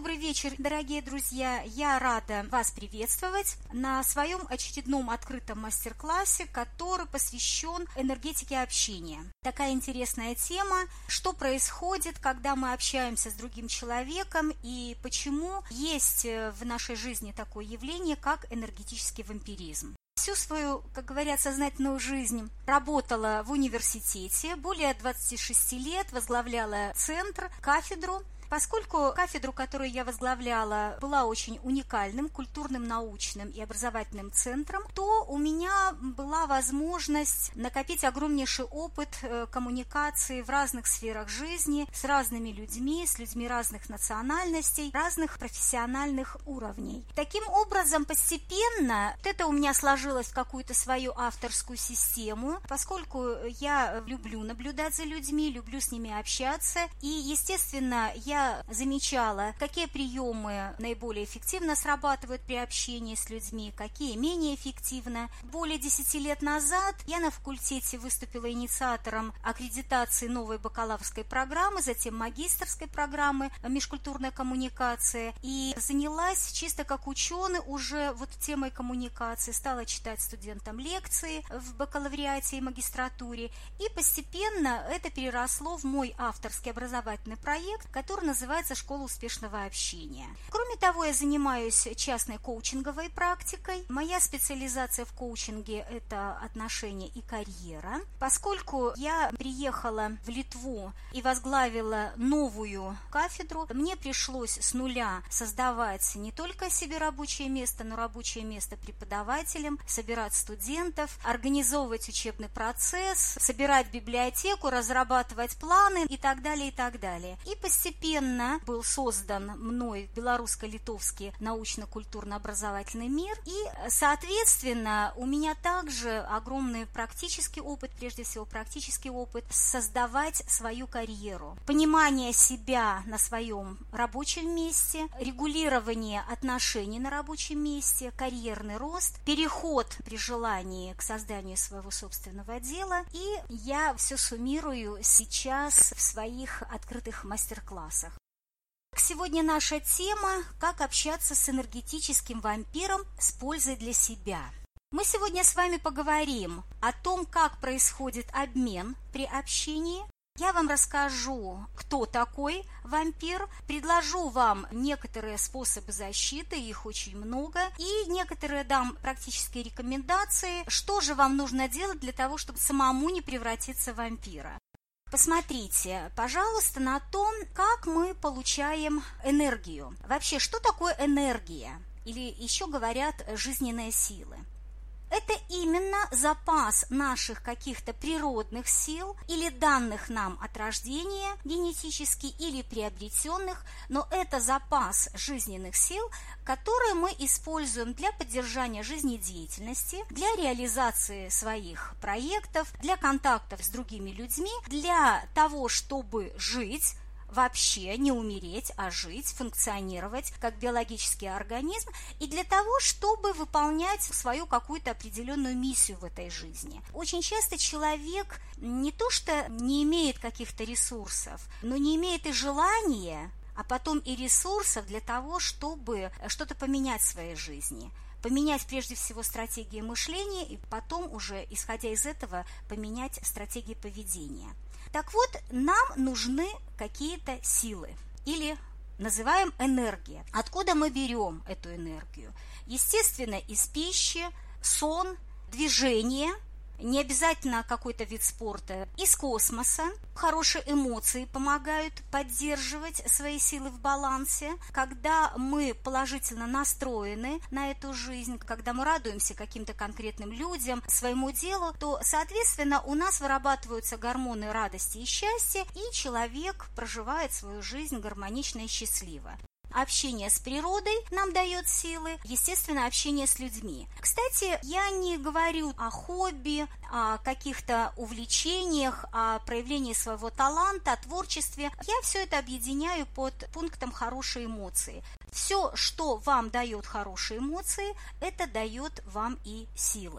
Добрый вечер, дорогие друзья! Я рада вас приветствовать на своем очередном открытом мастер-классе, который посвящен энергетике общения. Такая интересная тема, что происходит, когда мы общаемся с другим человеком и почему есть в нашей жизни такое явление, как энергетический вампиризм. Всю свою, как говорят, сознательную жизнь работала в университете, более 26 лет возглавляла центр, кафедру. Поскольку кафедру, которую я возглавляла, была очень уникальным культурным, научным и образовательным центром, то у меня была возможность накопить огромнейший опыт коммуникации в разных сферах жизни с разными людьми, с людьми разных национальностей, разных профессиональных уровней. Таким образом, постепенно это у меня сложилось в какую-то свою авторскую систему, поскольку я люблю наблюдать за людьми, люблю с ними общаться, и, естественно, я замечала, какие приемы наиболее эффективно срабатывают при общении с людьми, какие менее эффективно. Более 10 лет назад я на факультете выступила инициатором аккредитации новой бакалаврской программы, затем магистерской программы межкультурная коммуникация, и занялась чисто как ученый уже вот темой коммуникации, стала читать студентам лекции в бакалавриате и магистратуре, и постепенно это переросло в мой авторский образовательный проект, который называется «Школа успешного общения». Кроме того, я занимаюсь частной коучинговой практикой. Моя специализация в коучинге – это отношения и карьера. Поскольку я приехала в Литву и возглавила новую кафедру, мне пришлось с нуля создавать не только себе рабочее место, но рабочее место преподавателям, собирать студентов, организовывать учебный процесс, собирать библиотеку, разрабатывать планы и так далее, и так далее. И постепенно был создан мной белорусско-литовский научно-культурно-образовательный мир, и, соответственно, у меня также огромный практический опыт, прежде всего практический опыт создавать свою карьеру, понимание себя на своем рабочем месте, регулирование отношений на рабочем месте, карьерный рост, переход при желании к созданию своего собственного дела, и я все суммирую сейчас в своих открытых мастер-классах. Сегодня наша тема «Как общаться с энергетическим вампиром с пользой для себя». Мы сегодня с вами поговорим о том, как происходит обмен при общении. Я вам расскажу, кто такой вампир, предложу вам некоторые способы защиты, их очень много, и некоторые дам практические рекомендации, что же вам нужно делать для того, чтобы самому не превратиться в вампира. Посмотрите, пожалуйста, на то, как мы получаем энергию. Вообще, что такое энергия? Или еще говорят жизненные силы. Это именно запас наших каких-то природных сил или данных нам от рождения генетически или приобретенных, но это запас жизненных сил, которые мы используем для поддержания жизнедеятельности, для реализации своих проектов, для контактов с другими людьми, для того, чтобы жить, вообще не умереть, а жить, функционировать как биологический организм, и для того, чтобы выполнять свою какую-то определенную миссию в этой жизни. Очень часто человек не то что не имеет каких-то ресурсов, но не имеет и желания, а потом и ресурсов для того, чтобы что-то поменять в своей жизни. Поменять прежде всего стратегии мышления и потом уже, исходя из этого, поменять стратегии поведения. Так вот, нам нужны какие-то силы, или называем энергия. Откуда мы берем эту энергию? Естественно, из пищи, сон, движение, не обязательно какой-то вид спорта, из космоса. Хорошие эмоции помогают поддерживать свои силы в балансе. Когда мы положительно настроены на эту жизнь, когда мы радуемся каким-то конкретным людям, своему делу, то, соответственно, у нас вырабатываются гормоны радости и счастья, и человек проживает свою жизнь гармонично и счастливо. Общение с природой нам дает силы, естественно, общение с людьми. Кстати, я не говорю о хобби, о каких-то увлечениях, о проявлении своего таланта, о творчестве. Я все это объединяю под пунктом «хорошие эмоции». Все, что вам дает хорошие эмоции, это дает вам и силы.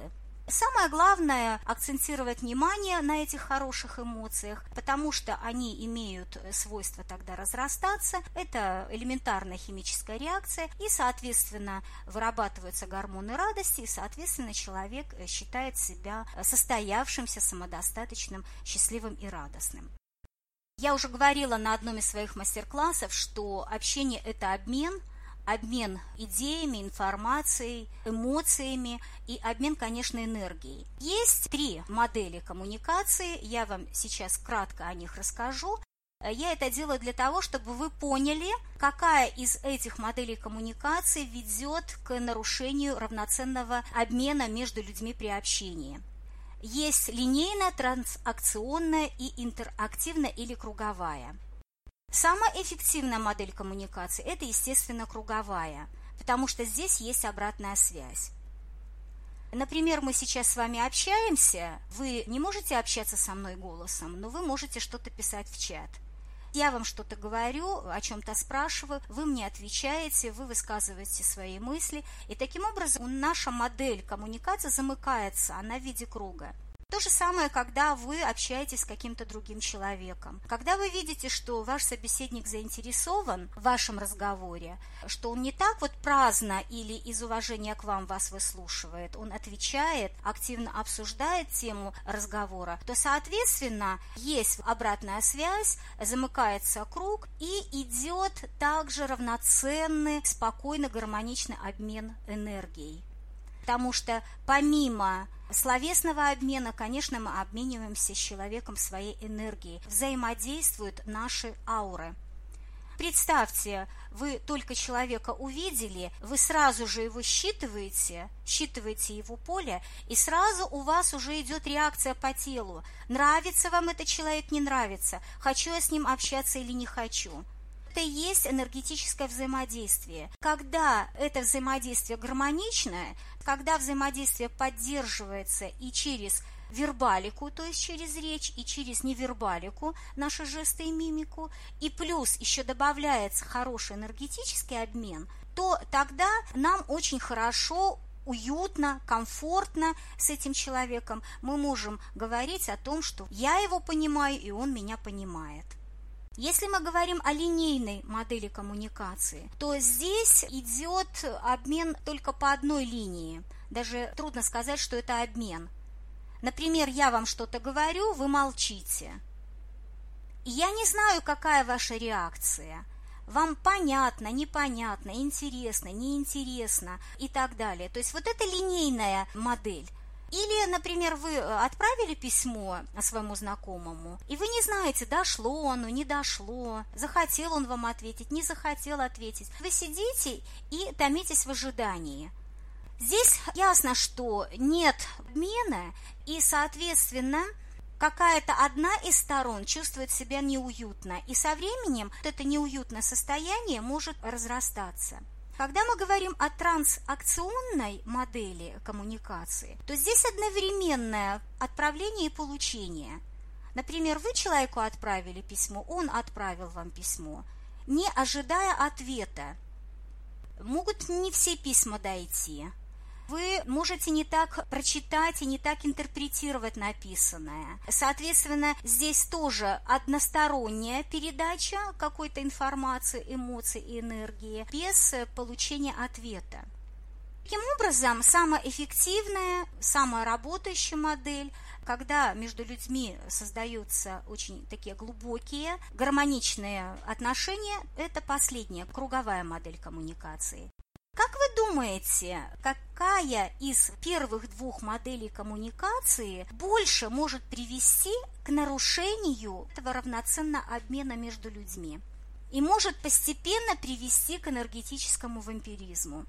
Самое главное – акцентировать внимание на этих хороших эмоциях, потому что они имеют свойство тогда разрастаться. Это элементарная химическая реакция, и, соответственно, вырабатываются гормоны радости, и, соответственно, человек считает себя состоявшимся, самодостаточным, счастливым и радостным. Я уже говорила на одном из своих мастер-классов, что общение – это обмен идеями, информацией, эмоциями и обмен, конечно, энергией. Есть 3 модели коммуникации, я вам сейчас кратко о них расскажу. Я это делаю для того, чтобы вы поняли, какая из этих моделей коммуникации ведет к нарушению равноценного обмена между людьми при общении. Есть линейная, трансакционная и интерактивная или круговая. Самая эффективная модель коммуникации – это, естественно, круговая, потому что здесь есть обратная связь. Например, мы сейчас с вами общаемся, вы не можете общаться со мной голосом, но вы можете что-то писать в чат. Я вам что-то говорю, о чем-то спрашиваю, вы мне отвечаете, вы высказываете свои мысли, и таким образом наша модель коммуникации замыкается, она в виде круга. То же самое, когда вы общаетесь с каким-то другим человеком. Когда вы видите, что ваш собеседник заинтересован в вашем разговоре, что он не так вот праздно или из уважения к вам вас выслушивает, он отвечает, активно обсуждает тему разговора, то, соответственно, есть обратная связь, замыкается круг и идет также равноценный, спокойный, гармоничный обмен энергией. Потому что помимо словесного обмена, конечно, мы обмениваемся с человеком своей энергией. Взаимодействуют наши ауры. Представьте, вы только человека увидели, вы сразу же его считываете его поле, и сразу у вас уже идет реакция по телу. Нравится вам этот человек, не нравится, хочу я с ним общаться или не хочу. Это и есть энергетическое взаимодействие. Когда это взаимодействие гармоничное, когда взаимодействие поддерживается и через вербалику, то есть через речь, и через невербалику, наши жесты и мимику, и плюс еще добавляется хороший энергетический обмен, то тогда нам очень хорошо, уютно, комфортно с этим человеком. Мы можем говорить о том, что я его понимаю, и он меня понимает. Если мы говорим о линейной модели коммуникации, то здесь идет обмен только по одной линии. Даже трудно сказать, что это обмен. Например, я вам что-то говорю, вы молчите. И я не знаю, какая ваша реакция. Вам понятно, непонятно, интересно, неинтересно и так далее. То есть вот это линейная модель. Или, например, вы отправили письмо своему знакомому, и вы не знаете, дошло оно, не дошло, захотел он вам ответить, не захотел ответить. Вы сидите и томитесь в ожидании. Здесь ясно, что нет обмена, и, соответственно, какая-то одна из сторон чувствует себя неуютно, и со временем вот это неуютное состояние может разрастаться. Когда мы говорим о трансакционной модели коммуникации, то здесь одновременное отправление и получение. Например, вы человеку отправили письмо, он отправил вам письмо, не ожидая ответа. Могут не все письма дойти. Вы можете не так прочитать и не так интерпретировать написанное. Соответственно, здесь тоже односторонняя передача какой-то информации, эмоций и энергии без получения ответа. Таким образом, самая эффективная, самая работающая модель, когда между людьми создаются очень такие глубокие, гармоничные отношения, это последняя, круговая модель коммуникации. Как вы думаете, какая из первых 2 моделей коммуникации больше может привести к нарушению этого равноценного обмена между людьми и может постепенно привести к энергетическому вампиризму?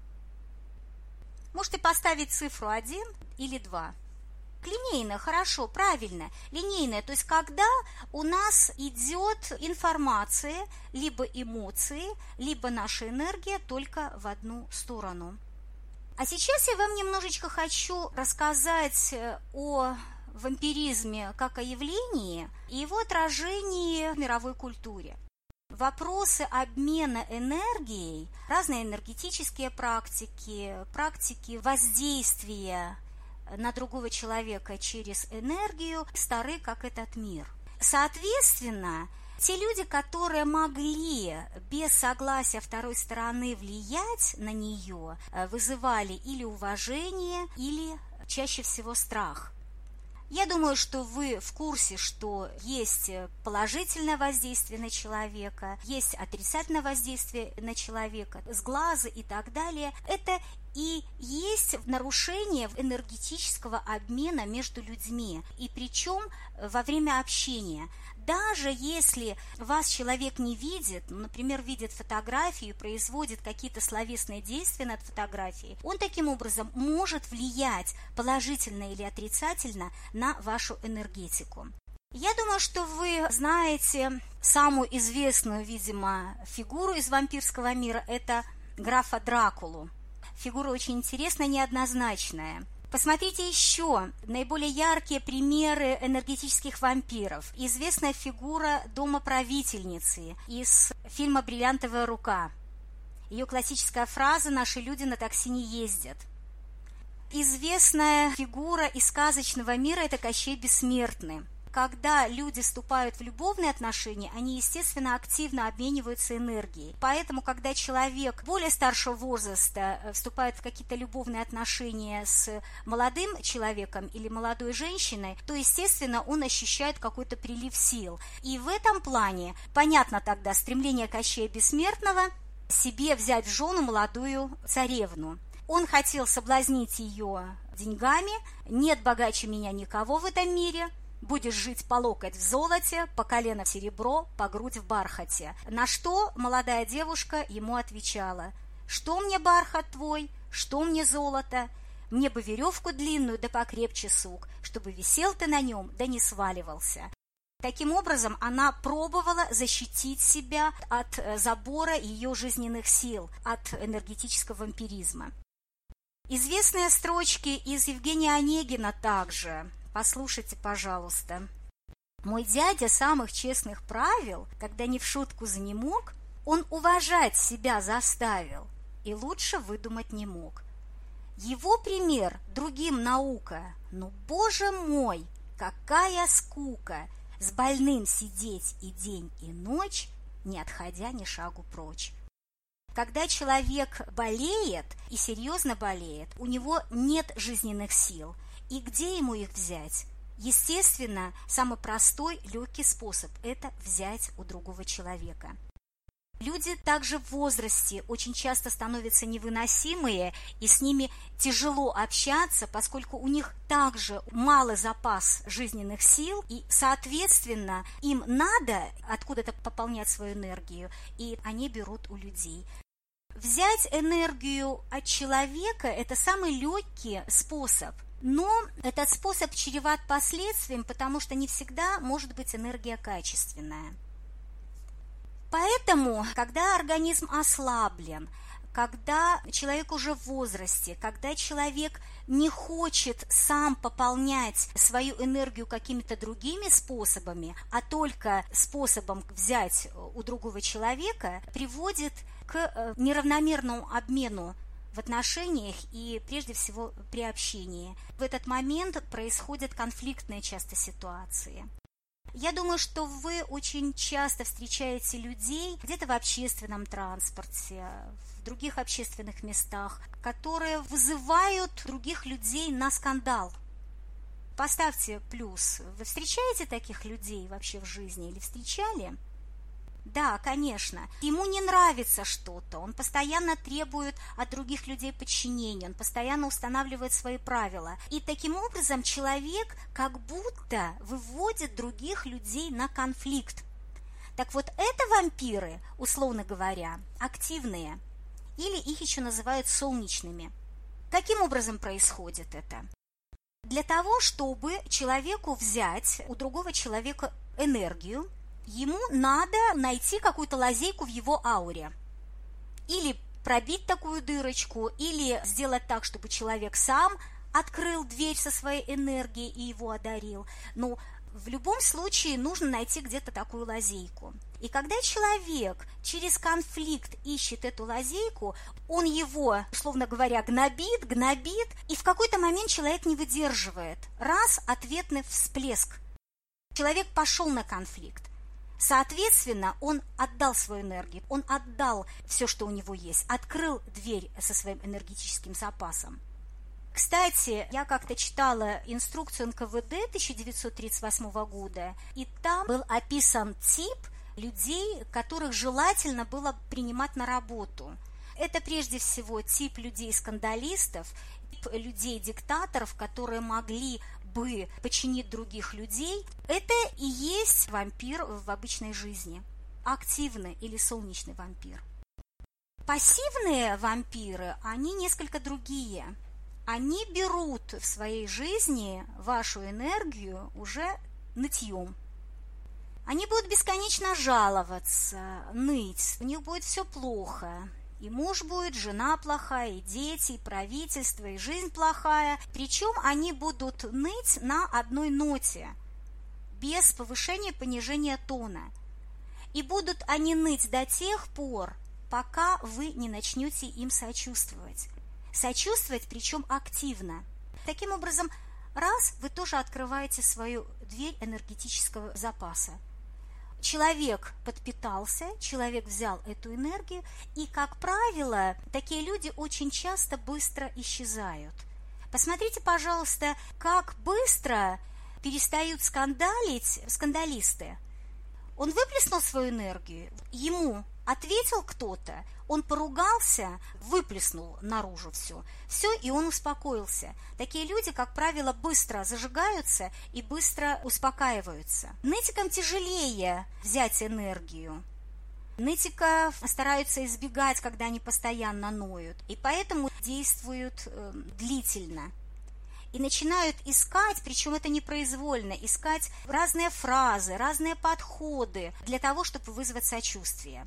Можете поставить цифру 1 или 2. Линейная, хорошо, правильно, линейная, то есть когда у нас идет информация, либо эмоции, либо наша энергия только в одну сторону. А сейчас я вам немножечко хочу рассказать о вампиризме как о явлении и его отражении в мировой культуре. Вопросы обмена энергией, разные энергетические практики, практики воздействия на другого человека через энергию, стары, как этот мир. Соответственно, те люди, которые могли без согласия второй стороны влиять на нее, вызывали или уважение, или чаще всего страх. Я думаю, что вы в курсе, что есть положительное воздействие на человека, есть отрицательное воздействие на человека, сглазы и так далее. Это и есть нарушение энергетического обмена между людьми, и причем во время общения. Даже если вас человек не видит, например, видит фотографию и производит какие-то словесные действия над фотографией, он таким образом может влиять положительно или отрицательно на вашу энергетику. Я думаю, что вы знаете самую известную, видимо, фигуру из вампирского мира – это графа Дракулу. Фигура очень интересная, неоднозначная. Посмотрите еще наиболее яркие примеры энергетических вампиров. Известная фигура домоправительницы из фильма «Бриллиантовая рука». Ее классическая фраза «Наши люди на такси не ездят». Известная фигура из сказочного мира – это Кощей Бессмертный. Когда люди вступают в любовные отношения, они, естественно, активно обмениваются энергией. Поэтому, когда человек более старшего возраста вступает в какие-то любовные отношения с молодым человеком или молодой женщиной, то, естественно, он ощущает какой-то прилив сил. И в этом плане понятно тогда стремление Кощея Бессмертного себе взять в жену молодую царевну. Он хотел соблазнить ее деньгами: «Нет богаче меня никого в этом мире, будешь жить по локоть в золоте, по колено в серебро, по грудь в бархате». На что молодая девушка ему отвечала: «Что мне бархат твой, что мне золото? Мне бы веревку длинную да покрепче сук, чтобы висел ты на нем да не сваливался». Таким образом, она пробовала защитить себя от забора ее жизненных сил, от энергетического вампиризма. Известные строчки из Евгения Онегина также. Послушайте, пожалуйста. «Мой дядя самых честных правил, когда не в шутку занемог, он уважать себя заставил и лучше выдумать не мог. Его пример другим наука, но, боже мой, какая скука с больным сидеть и день, и ночь, не отходя ни шагу прочь». Когда человек болеет и серьезно болеет, у него нет жизненных сил. И где ему их взять? Естественно, самый простой, легкий способ – это взять у другого человека. Люди также в возрасте очень часто становятся невыносимые, и с ними тяжело общаться, поскольку у них также малый запас жизненных сил, и, соответственно, им надо откуда-то пополнять свою энергию, и они берут у людей. Взять энергию от человека – это самый легкий способ. Но этот способ чреват последствием, потому что не всегда может быть энергия качественная. Поэтому, когда организм ослаблен, когда человек уже в возрасте, когда человек не хочет сам пополнять свою энергию какими-то другими способами, а только способом взять у другого человека, приводит к неравномерному обмену в отношениях и прежде всего при общении. В этот момент происходят конфликтные часто ситуации. Я думаю, что вы очень часто встречаете людей где-то в общественном транспорте, в других общественных местах, которые вызывают других людей на скандал. Поставьте плюс. Вы встречаете таких людей вообще в жизни или встречали? Да, конечно. Ему не нравится что-то, он постоянно требует от других людей подчинения, он постоянно устанавливает свои правила. И таким образом человек как будто выводит других людей на конфликт. Так вот, это вампиры, условно говоря, активные, или их еще называют солнечными. Каким образом происходит это? Для того, чтобы человеку взять у другого человека энергию, ему надо найти какую-то лазейку в его ауре. Или пробить такую дырочку, или сделать так, чтобы человек сам открыл дверь со своей энергией и его одарил. Но В любом случае нужно найти где-то такую лазейку. И когда человек через конфликт ищет эту лазейку, он его, условно говоря, гнобит, и в какой-то момент человек не выдерживает. Раз, ответный всплеск. Человек пошел на конфликт. Соответственно, он отдал свою энергию, он отдал все, что у него есть, открыл дверь со своим энергетическим запасом. Кстати, я как-то читала инструкцию НКВД 1938 года, и там был описан тип людей, которых желательно было принимать на работу. Это прежде всего тип людей-скандалистов, тип людей-диктаторов, которые могли бы подчинить других людей. Это и есть вампир в обычной жизни. Активный или солнечный вампир. Пассивные вампиры, они несколько другие. Они берут в своей жизни вашу энергию уже нытьем. Они будут бесконечно жаловаться, ныть, у них будет все плохо. И муж будет, жена плохая, и дети, и правительство, и жизнь плохая. Причем они будут ныть на одной ноте, без повышения, понижения тона. И будут они ныть до тех пор, пока вы не начнете им сочувствовать. Сочувствовать, причем активно. Таким образом, раз, вы тоже открываете свою дверь энергетического запаса. Человек подпитался, человек взял эту энергию, и, как правило, такие люди очень часто быстро исчезают. Посмотрите, пожалуйста, как быстро перестают скандалить скандалисты. Он выплеснул свою энергию, ему ответил кто-то, он поругался, выплеснул наружу все, и он успокоился. Такие люди, как правило, быстро зажигаются и быстро успокаиваются. Нытикам тяжелее взять энергию. Нытика стараются избегать, когда они постоянно ноют, и поэтому действуют длительно. И начинают искать, причем это непроизвольно, искать разные фразы, разные подходы для того, чтобы вызвать сочувствие.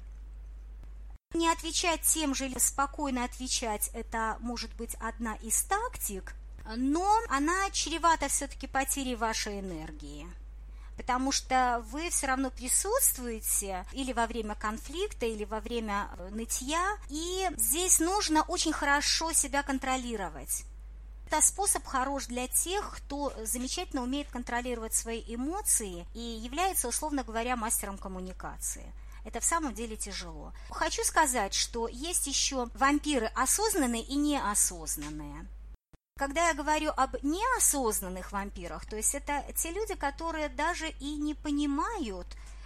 Не отвечать тем же или спокойно отвечать, это может быть одна из тактик, но она чревата все-таки потерей вашей энергии. Потому что вы все равно присутствуете или во время конфликта, или во время нытья, и здесь нужно очень хорошо себя контролировать. Это способ хорош для тех, кто замечательно умеет контролировать свои эмоции и является, условно говоря, мастером коммуникации. Это в самом деле тяжело. Хочу сказать, что есть еще вампиры осознанные и неосознанные. Когда я говорю об неосознанных вампирах, то есть это те люди, которые даже и не понимают,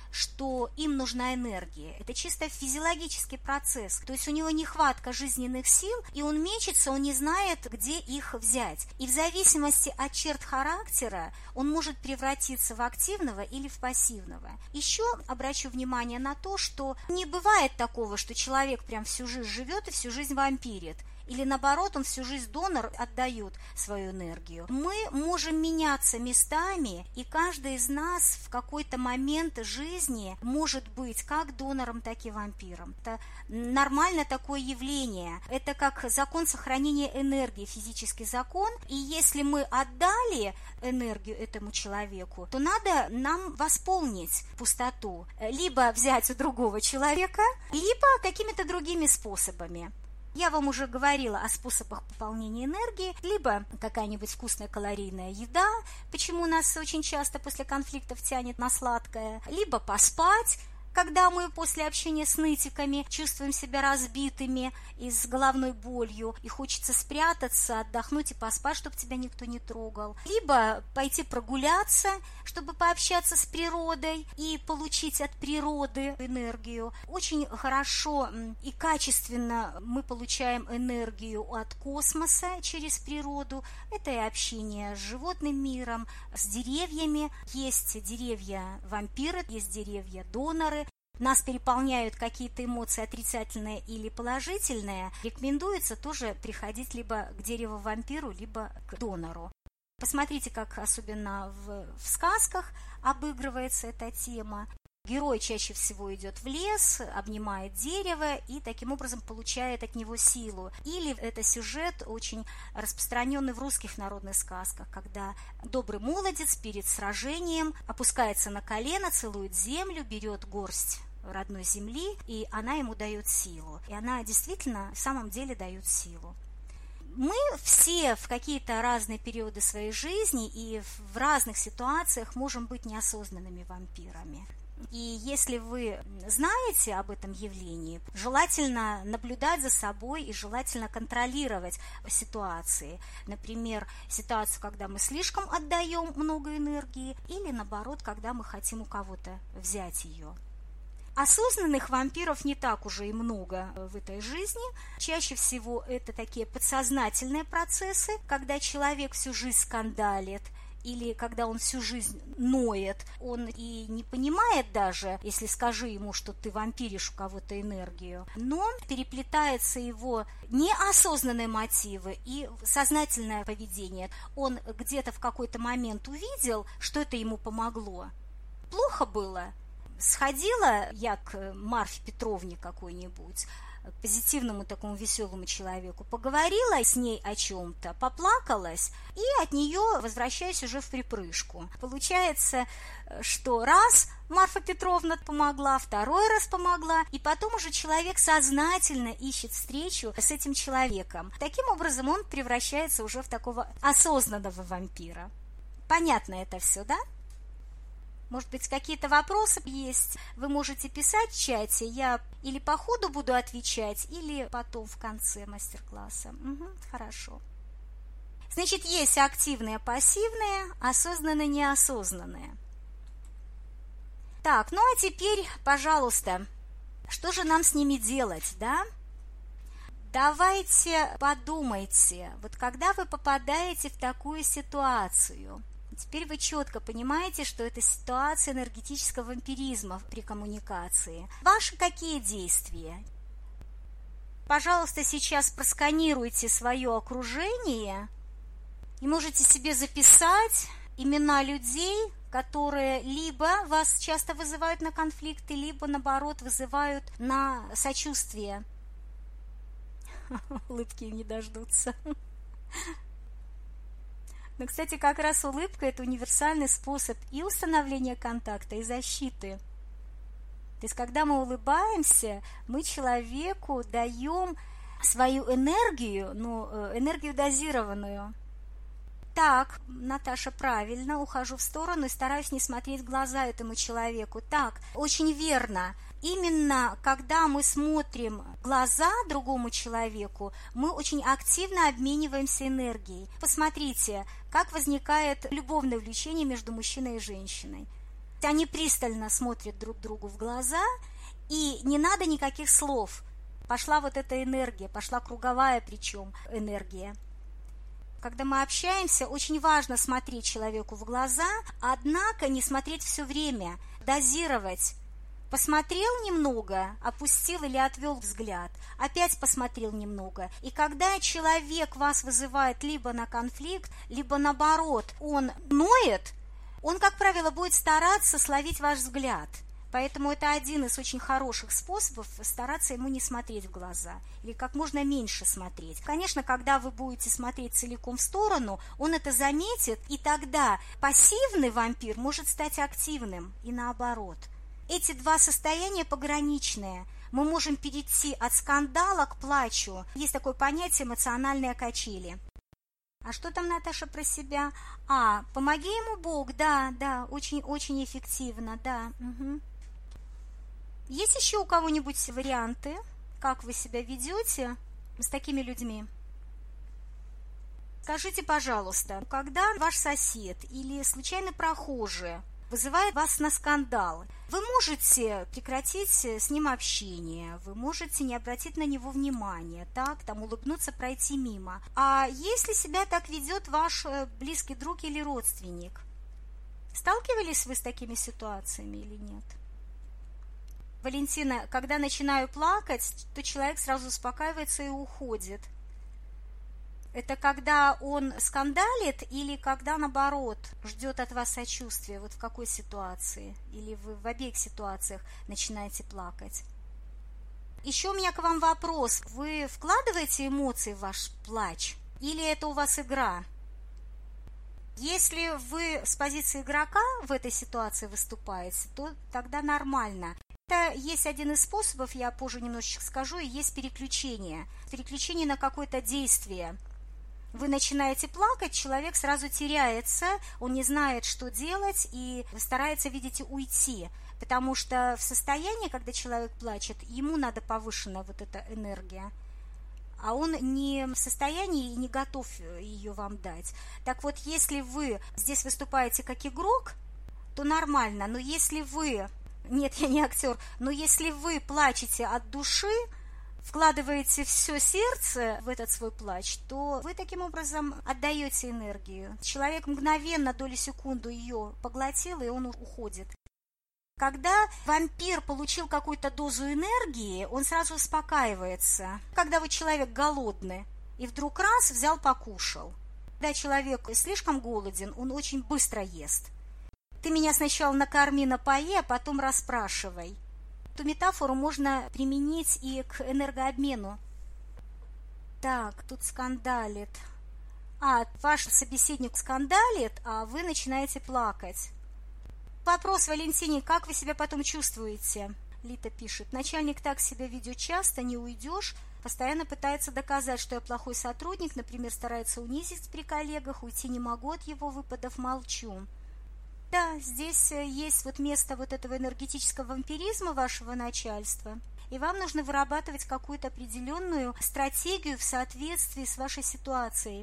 что им нужна энергия. Это чисто физиологический процесс. То есть у него нехватка жизненных сил, и он мечется, он не знает, где их взять. И в зависимости от черт характера он может превратиться в активного или в пассивного. Еще обращу внимание на то, что не бывает такого, что человек прям всю жизнь живет и всю жизнь вампирит. Или наоборот, он всю жизнь донор, отдает свою энергию. Мы можем меняться местами, и каждый из нас в какой-то момент жизни может быть как донором, так и вампиром. Это нормальное такое явление. Это как закон сохранения энергии, физический закон. И если мы отдали энергию этому человеку, то надо нам восполнить пустоту. Либо взять у другого человека, либо какими-то другими способами. Я вам уже говорила о способах пополнения энергии, либо какая-нибудь вкусная калорийная еда, почему нас очень часто после конфликтов тянет на сладкое, либо поспать, когда мы после общения с нытиками чувствуем себя разбитыми и с головной болью, и хочется спрятаться, отдохнуть и поспать, чтобы тебя никто не трогал. Либо пойти прогуляться, чтобы пообщаться с природой и получить от природы энергию. Очень хорошо и качественно мы получаем энергию от космоса через природу. Это и общение с животным миром, с деревьями. Есть деревья-вампиры, есть деревья-доноры. Нас переполняют какие-то эмоции отрицательные или положительные, рекомендуется тоже приходить либо к дереву-вампиру, либо к донору. Посмотрите, как особенно в сказках обыгрывается эта тема. Герой чаще всего идет в лес, обнимает дерево и таким образом получает от него силу. Или это сюжет очень распространенный в русских народных сказках, когда добрый молодец перед сражением опускается на колено, целует землю, берет горсть родной земли, и она ему дает силу. И она действительно в самом деле дает силу. Мы все в какие-то разные периоды своей жизни и в разных ситуациях можем быть неосознанными вампирами. И если вы знаете об этом явлении, желательно наблюдать за собой и желательно контролировать ситуации. Например, ситуацию, когда мы слишком отдаем много энергии, или наоборот, когда мы хотим у кого-то взять ее. Осознанных вампиров не так уже и много в этой жизни. Чаще всего это такие подсознательные процессы, когда человек всю жизнь скандалит, или когда он всю жизнь ноет, он и не понимает даже, если скажи ему, что ты вампиришь у кого-то энергию, но переплетаются его неосознанные мотивы и сознательное поведение. Он где-то в какой-то момент увидел, что это ему помогло. Плохо было. Сходила я к Марфе Петровне какой-нибудь, позитивному такому веселому человеку, поговорила с ней о чем-то, поплакалась и от нее возвращаюсь уже в припрыжку. Получается, что раз Марфа Петровна помогла, второй раз помогла, и потом уже человек сознательно ищет встречу с этим человеком. Таким образом он превращается уже в такого осознанного вампира. Понятно это все, да? Может быть, какие-то вопросы есть? Вы можете писать в чате, я или по ходу буду отвечать, или потом в конце мастер-класса. Хорошо. Значит, есть активные, пассивные, осознанные, неосознанные. Так, ну а теперь, пожалуйста, что же нам с ними делать, да? Давайте подумайте, вот когда вы попадаете в такую ситуацию, теперь вы четко понимаете, что это ситуация энергетического вампиризма при коммуникации. Ваши какие действия? Пожалуйста, сейчас просканируйте свое окружение и можете себе записать имена людей, которые либо вас часто вызывают на конфликты, либо, наоборот, вызывают на сочувствие. Улыбки не дождутся. Но, кстати, как раз улыбка – это универсальный способ и установления контакта, и защиты. То есть, когда мы улыбаемся, мы человеку даем свою энергию, энергию дозированную. Так, Наташа, правильно, ухожу в сторону и стараюсь не смотреть в глаза этому человеку. Так, очень верно. Именно когда мы смотрим в глаза другому человеку, мы очень активно обмениваемся энергией. Посмотрите, как возникает любовное влечение между мужчиной и женщиной. Они пристально смотрят друг другу в глаза, и не надо никаких слов. Пошла вот эта энергия, пошла круговая причем энергия. Когда мы общаемся, очень важно смотреть человеку в глаза, однако не смотреть все время, дозировать. Посмотрел немного, опустил или отвел взгляд, опять посмотрел немного. И когда человек вас вызывает либо на конфликт, либо наоборот, он ноет, он, как правило, будет стараться словить ваш взгляд. Поэтому это один из очень хороших способов стараться ему не смотреть в глаза или как можно меньше смотреть. Конечно, когда вы будете смотреть целиком в сторону, он это заметит, и тогда пассивный вампир может стать активным и наоборот. Эти два состояния пограничные. Мы можем перейти от скандала к плачу. Есть такое понятие эмоциональные качели. А что там, Наташа, про себя? Помоги ему Бог, да, очень эффективно, да. Угу. Есть еще у кого-нибудь варианты, как вы себя ведете с такими людьми? Скажите, пожалуйста, когда ваш сосед или случайный прохожий вызывает вас на скандал, вы можете прекратить с ним общение, вы можете не обратить на него внимания, улыбнуться, пройти мимо. А если себя так ведет ваш близкий друг или родственник, сталкивались вы с такими ситуациями или нет? Валентина, когда начинаю плакать, то человек сразу успокаивается и уходит. Это когда он скандалит или когда, наоборот, ждет от вас сочувствия? Вот в какой ситуации? Или вы в обеих ситуациях начинаете плакать? Еще у меня к вам вопрос. Вы вкладываете эмоции в ваш плач? Или это у вас игра? Если вы с позиции игрока в этой ситуации выступаете, то тогда нормально. Это есть один из способов, я позже немножечко скажу, и есть переключение. Переключение на какое-то действие. Вы начинаете плакать, человек сразу теряется, он не знает, что делать, и старается, видите, уйти. Потому что в состоянии, когда человек плачет, ему надо повышенная вот эта энергия. А он не в состоянии и не готов ее вам дать. Так вот, если вы здесь выступаете как игрок, то нормально. Но если вы... Нет, я не актер. Но если вы плачете от души, вкладываете все сердце в этот свой плач, то вы таким образом отдаете энергию. Человек мгновенно, доли секунды ее поглотил, и он уходит. Когда вампир получил какую-то дозу энергии, он сразу успокаивается. Когда вы человек голодный, и вдруг раз взял, покушал. Когда человек слишком голоден, он очень быстро ест. Ты меня сначала накорми, напои, а потом расспрашивай. Эту метафору можно применить и к энергообмену. Так, тут скандалит. Ваш собеседник скандалит, а вы начинаете плакать. Вопрос Валентине: как вы себя потом чувствуете? Лита пишет: начальник так себя ведет часто, не уйдешь, постоянно пытается доказать, что я плохой сотрудник, например, старается унизить при коллегах, уйти не могу от его выпадов, молчу. Да, здесь есть вот место вот этого энергетического вампиризма вашего начальства, и вам нужно вырабатывать какую-то определенную стратегию в соответствии с вашей ситуацией.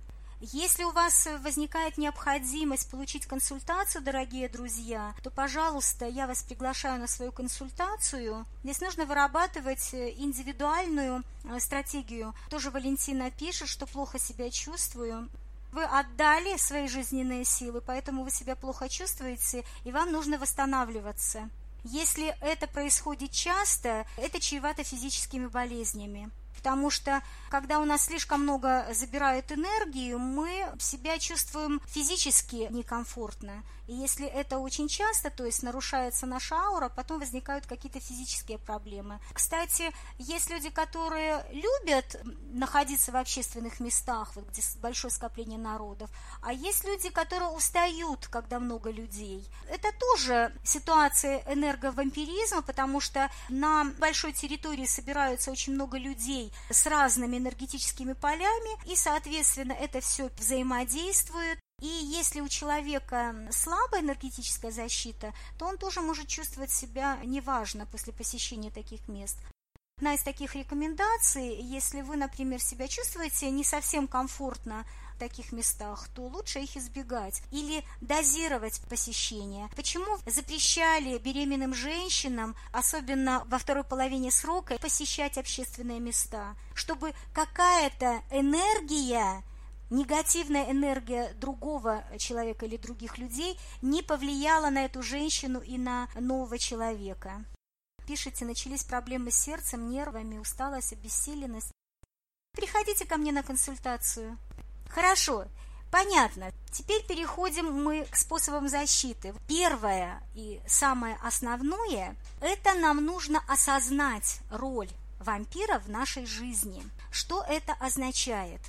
Если у вас возникает необходимость получить консультацию, дорогие друзья, то, пожалуйста, я вас приглашаю на свою консультацию. Здесь нужно вырабатывать индивидуальную стратегию. Тоже Валентина пишет, что плохо себя чувствую. Вы отдали свои жизненные силы, поэтому вы себя плохо чувствуете, и вам нужно восстанавливаться. Если это происходит часто, это чревато физическими болезнями. Потому что, когда у нас слишком много забирают энергию, мы себя чувствуем физически некомфортно. И если это очень часто, то есть нарушается наша аура, потом возникают какие-то физические проблемы. Кстати, есть люди, которые любят находиться в общественных местах, вот где большое скопление народов, а есть люди, которые устают, когда много людей. Это тоже ситуация энерговампиризма, потому что на большой территории собираются очень много людей с разными энергетическими полями, и, соответственно, это все взаимодействует. И если у человека слабая энергетическая защита, то он тоже может чувствовать себя неважно после посещения таких мест. Одна из таких рекомендаций: если вы, например, себя чувствуете не совсем комфортно в таких местах, то лучше их избегать или дозировать посещение. Почему запрещали беременным женщинам, особенно во второй половине срока, посещать общественные места? Чтобы какая-то энергия, негативная энергия другого человека или других людей не повлияла на эту женщину и на нового человека. Пишите: начались проблемы с сердцем, нервами, усталость, обессиленность. Приходите ко мне на консультацию. Хорошо, понятно. Теперь переходим мы к способам защиты. Первое и самое основное – это нам нужно осознать роль вампира в нашей жизни. Что это означает?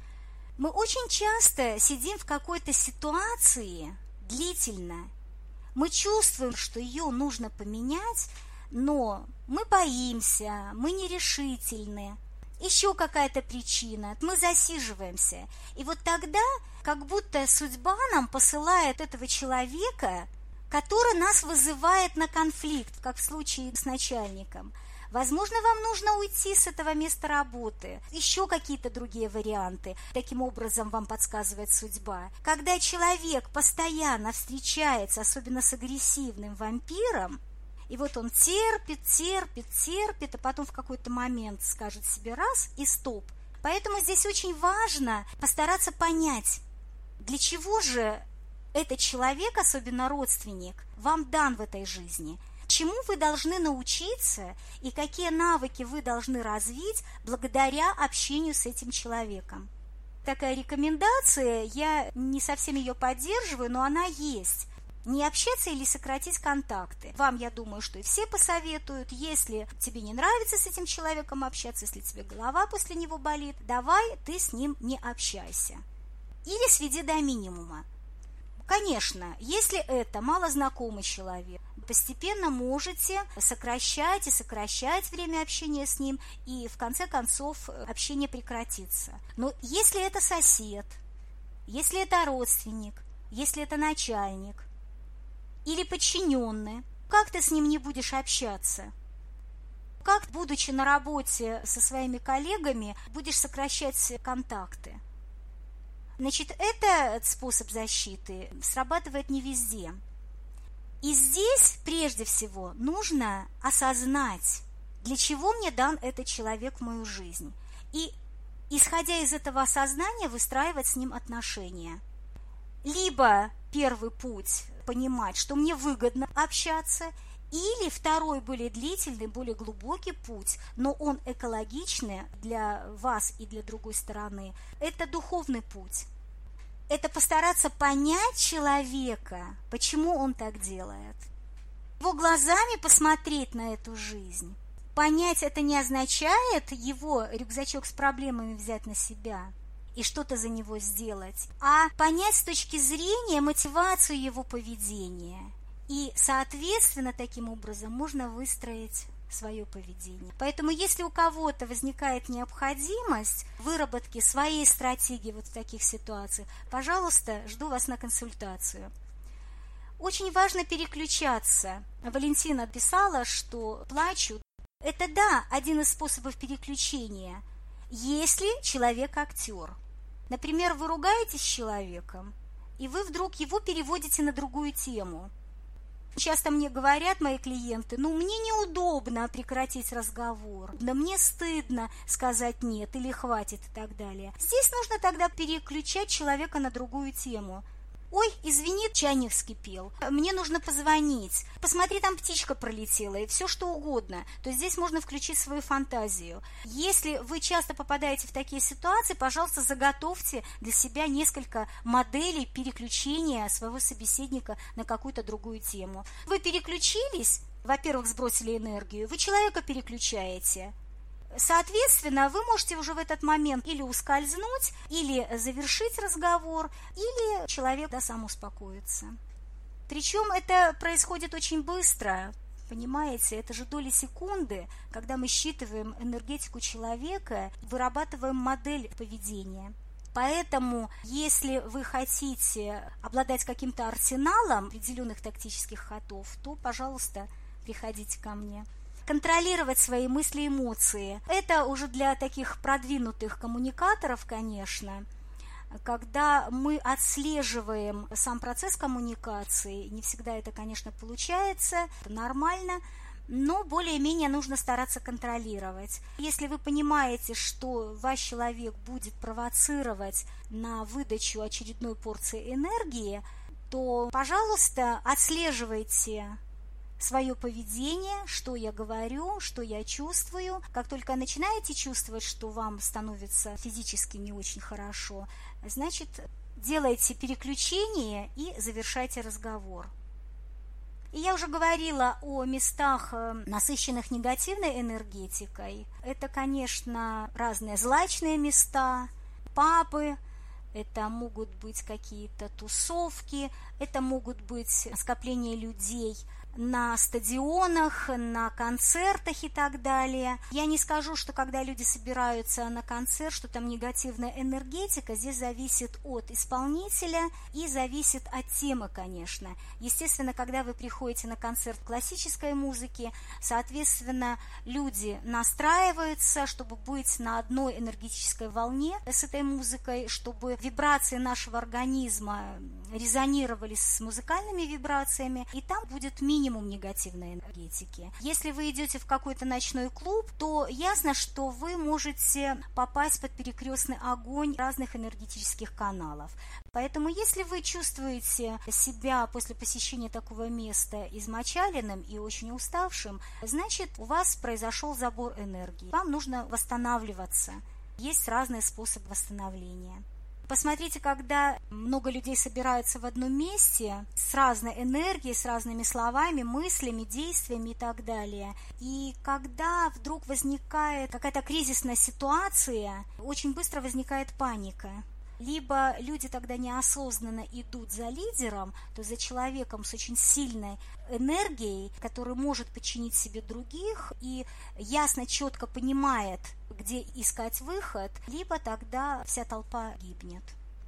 Мы очень часто сидим в какой-то ситуации длительно. Мы чувствуем, что ее нужно поменять, но мы боимся, мы нерешительны. Еще какая-то причина, мы засиживаемся. И вот тогда как будто судьба нам посылает этого человека, который нас вызывает на конфликт, как в случае с начальником. Возможно, вам нужно уйти с этого места работы. Еще какие-то другие варианты. Таким образом вам подсказывает судьба. Когда человек постоянно встречается, особенно с агрессивным вампиром, и вот он терпит, а потом в какой-то момент скажет себе раз и стоп. Поэтому здесь очень важно постараться понять, для чего же этот человек, особенно родственник, вам дан в этой жизни. Чему вы должны научиться и какие навыки вы должны развить благодаря общению с этим человеком. такая рекомендация, я не совсем ее поддерживаю, но она есть. Не общаться или сократить контакты. Вам, я думаю, что и все посоветуют, если тебе не нравится с этим человеком общаться, если тебе голова после него болит, давай ты с ним не общайся. Или сведи до минимума. Конечно, если это малознакомый человек, постепенно можете сокращать и сокращать время общения с ним, и в конце концов общение прекратится. Но если это сосед, если это родственник, если это начальник или подчиненный, как ты с ним не будешь общаться? Как, будучи на работе со своими коллегами, будешь сокращать контакты? Значит, этот способ защиты срабатывает не везде. И здесь, прежде всего, нужно осознать, для чего мне дан этот человек в мою жизнь. И, исходя из этого осознания, выстраивать с ним отношения. Либо первый путь – понимать, что мне выгодно общаться, или второй, более длительный, более глубокий путь, но он экологичный для вас и для другой стороны, это духовный путь. Это постараться понять человека, почему он так делает. Его глазами посмотреть на эту жизнь. Понять это не означает его рюкзачок с проблемами взять на себя и что-то за него сделать, а понять с точки зрения мотивацию его поведения. И, соответственно, таким образом можно выстроить свое поведение. Поэтому, если у кого-то возникает необходимость выработки своей стратегии вот в таких ситуациях, пожалуйста, жду вас на консультацию. Очень важно переключаться. Валентина писала, что плачу. Это, да, один из способов переключения, если человек актер. Например, вы ругаетесь с человеком, и вы вдруг его переводите на другую тему. Часто мне говорят мои клиенты, мне неудобно прекратить разговор, да мне стыдно сказать нет или хватит и так далее. Здесь нужно тогда переключать человека на другую тему. Ой, извини, чайник вскипел, мне нужно позвонить, посмотри, там птичка пролетела и все что угодно. То есть здесь можно включить свою фантазию. Если вы часто попадаете в такие ситуации, пожалуйста, заготовьте для себя несколько моделей переключения своего собеседника на какую-то другую тему. Вы переключились, во-первых, сбросили энергию, вы человека переключаете. Соответственно, вы можете уже в этот момент или ускользнуть, или завершить разговор, или человек сам успокоится. Причем это происходит очень быстро, понимаете, это же доли секунды, когда мы считываем энергетику человека, вырабатываем модель поведения. Поэтому, если вы хотите обладать каким-то арсеналом определенных тактических ходов, то, пожалуйста, приходите ко мне. Контролировать свои мысли и эмоции. Это уже для таких продвинутых коммуникаторов, конечно, когда мы отслеживаем сам процесс коммуникации. Не всегда это, конечно, получается, это нормально, но более-менее нужно стараться контролировать. Если вы понимаете, что ваш человек будет провоцировать на выдачу очередной порции энергии, то, пожалуйста, отслеживайте свое поведение, что я говорю, что я чувствую. Как только начинаете чувствовать, что вам становится физически не очень хорошо, значит, делайте переключение и завершайте разговор. И я уже говорила о местах, насыщенных негативной энергетикой. Это, конечно, разные злачные места, пабы, это могут быть какие-то тусовки, это могут быть скопления людей на стадионах, на концертах и так далее. Я не скажу, что когда люди собираются на концерт, что там негативная энергетика, здесь зависит от исполнителя и зависит от темы, конечно. Естественно, когда вы приходите на концерт классической музыки, соответственно, люди настраиваются, чтобы быть на одной энергетической волне с этой музыкой, чтобы вибрации нашего организма резонировали с музыкальными вибрациями, и там будет минимум негативной энергетики. Если вы идете в какой-то ночной клуб, то ясно, что вы можете попасть под перекрестный огонь разных энергетических каналов. Поэтому, если вы чувствуете себя после посещения такого места измочаленным и очень уставшим, значит, у вас произошел забор энергии. Вам нужно восстанавливаться. есть разные способы восстановления. Посмотрите, когда много людей собираются в одном месте с разной энергией, с разными словами, мыслями, действиями и так далее. И когда вдруг возникает какая-то кризисная ситуация, очень быстро возникает паника. Либо люди тогда неосознанно идут за лидером, то за человеком с очень сильной энергией, который может подчинить себе других и ясно, четко понимает, где искать выход, либо тогда вся толпа гибнет.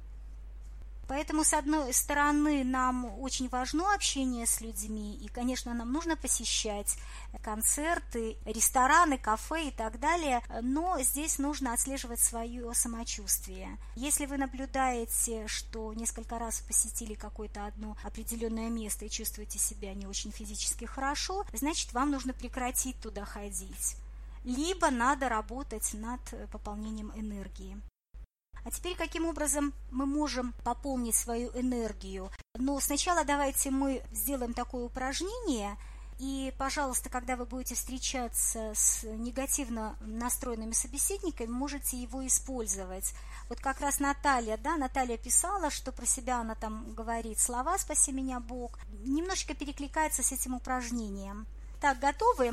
Поэтому, с одной стороны, нам очень важно общение с людьми, и, конечно, нам нужно посещать концерты, рестораны, кафе и так далее, но здесь нужно отслеживать свое самочувствие. Если вы наблюдаете, что несколько раз посетили какое-то одно определенное место и чувствуете себя не очень физически хорошо, значит, вам нужно прекратить туда ходить. Либо надо работать над пополнением энергии. А теперь, каким образом мы можем пополнить свою энергию? Но сначала давайте мы сделаем такое упражнение. И, пожалуйста, когда вы будете встречаться с негативно настроенными собеседниками, можете его использовать. Вот как раз Наталья писала, что про себя она там говорит слова «Спаси меня, Бог». Немножечко перекликается с этим упражнением. Так, готовы?